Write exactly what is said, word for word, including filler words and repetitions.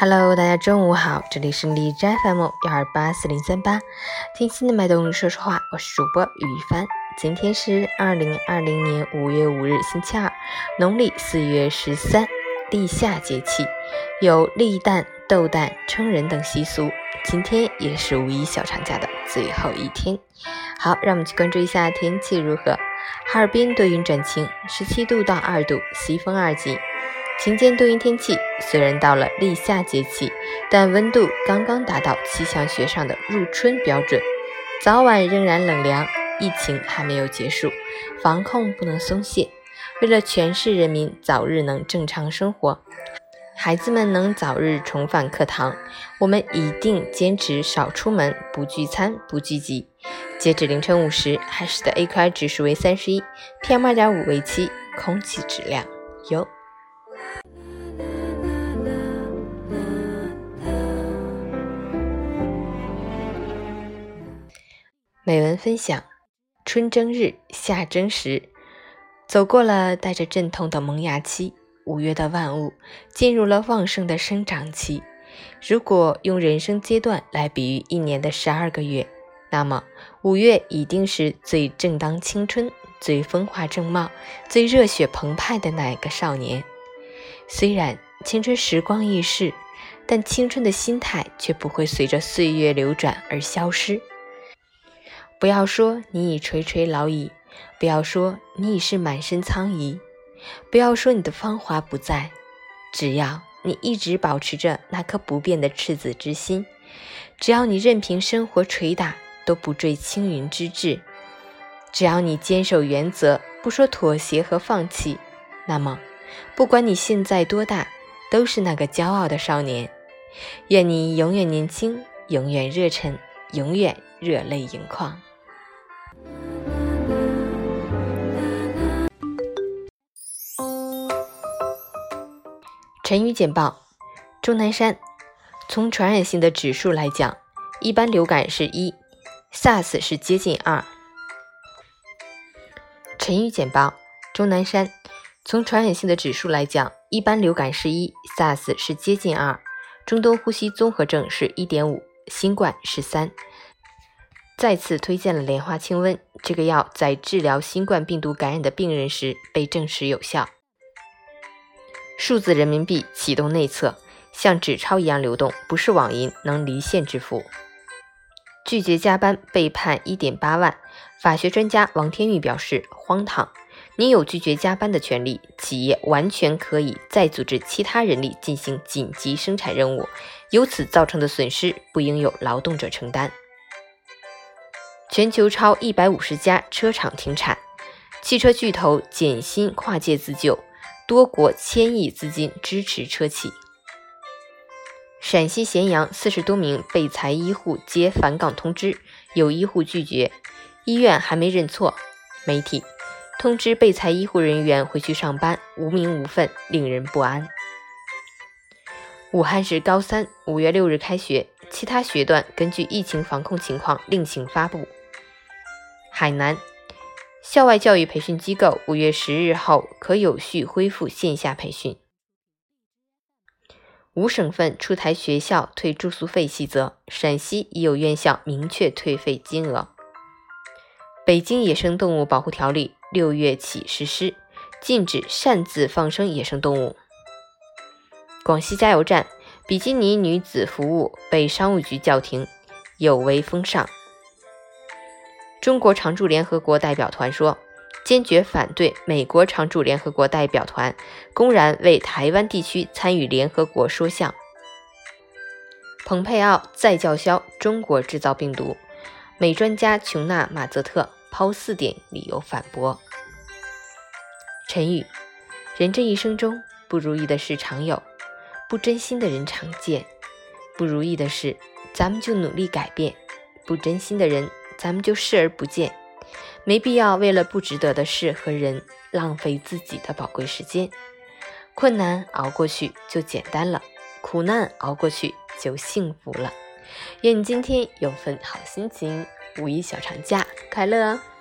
Hello， 大家中午好，这里是荔枝 F M 幺二八四零三八，听心的脉动说说话，我是主播于一帆。今天是二零二零年五月五日，星期二，农历四月十三，立夏节气，有立蛋、斗蛋、称人等习俗。今天也是五一小长假的最后一天。好，让我们去关注一下天气如何。哈尔滨多云转晴，十七度到二度，西风二级。晴间多云天气，虽然到了立夏节气，但温度刚刚达到气象学上的入春标准，早晚仍然冷凉，疫情还没有结束，防控不能松懈。为了全市人民早日能正常生活，孩子们能早日重返课堂，我们一定坚持少出门、不聚餐、不聚集。截止凌晨五时，海市的 A Q I 指数为三十一 ，P M 二点五 为七，空气质量优。美文分享：春争日，夏争时，走过了带着阵痛的萌芽期，五月的万物进入了旺盛的生长期。如果用人生阶段来比喻一年的十二个月，那么五月一定是最正当青春、最风华正茂、最热血澎湃的那个少年。虽然青春时光易逝，但青春的心态却不会随着岁月流转而消失。不要说你已垂垂老矣，不要说你已是满身苍夷，不要说你的芳华不在，只要你一直保持着那颗不变的赤子之心，只要你任凭生活捶打都不坠青云之志，只要你坚守原则，不说妥协和放弃，那么不管你现在多大，都是那个骄傲的少年。愿你永远年轻，永远热忱，永远热泪盈眶。晨语简报：钟南山。从传染性的指数来讲，一般流感是一 ，SARS 是接近二。晨语简报：钟南山。从传染性的指数来讲，一般流感是一 ，SARS 是接近二，中东呼吸综合症是 一点五， 新冠是三。再次推荐了莲花清瘟，这个药在治疗新冠病毒感染的病人时被证实有效。数字人民币启动内测，像纸钞一样流动，不是网银，能离线支付。拒绝加班被判 一点八万，法学专家王天玉表示荒唐，你有拒绝加班的权利，企业完全可以再组织其他人力进行紧急生产任务，由此造成的损失不应由劳动者承担。全球超一百五十家车厂停产，汽车巨头减薪跨界自救，多国千亿资金支持车企。陕西咸阳四十多名被裁医护接返岗通知，有医护拒绝，医院还没认错。媒体通知被裁医护人员回去上班，无名无分，令人不安。武汉市高三五月六日开学，其他学段根据疫情防控情况另行发布。海南校外教育培训机构五月十日后可有序恢复线下培训。五省份出台学校退住宿费细则，陕西已有院校明确退费金额。北京野生动物保护条例六月起实施，禁止擅自放生野生动物。广西加油站比基尼女子服务被商务局叫停，有违风尚。中国常驻联合国代表团说，坚决反对美国常驻联合国代表团公然为台湾地区参与联合国说项。蓬佩奥再叫嚣中国制造病毒，美专家琼纳马泽特抛四点理由反驳。晨语：人这一生中不如意的事常有，不真心的人常见，不如意的事咱们就努力改变，不真心的人咱们就视而不见，没必要为了不值得的事和人浪费自己的宝贵时间。困难熬过去就简单了，苦难熬过去就幸福了。愿你今天有份好心情，五一小长假快乐哦！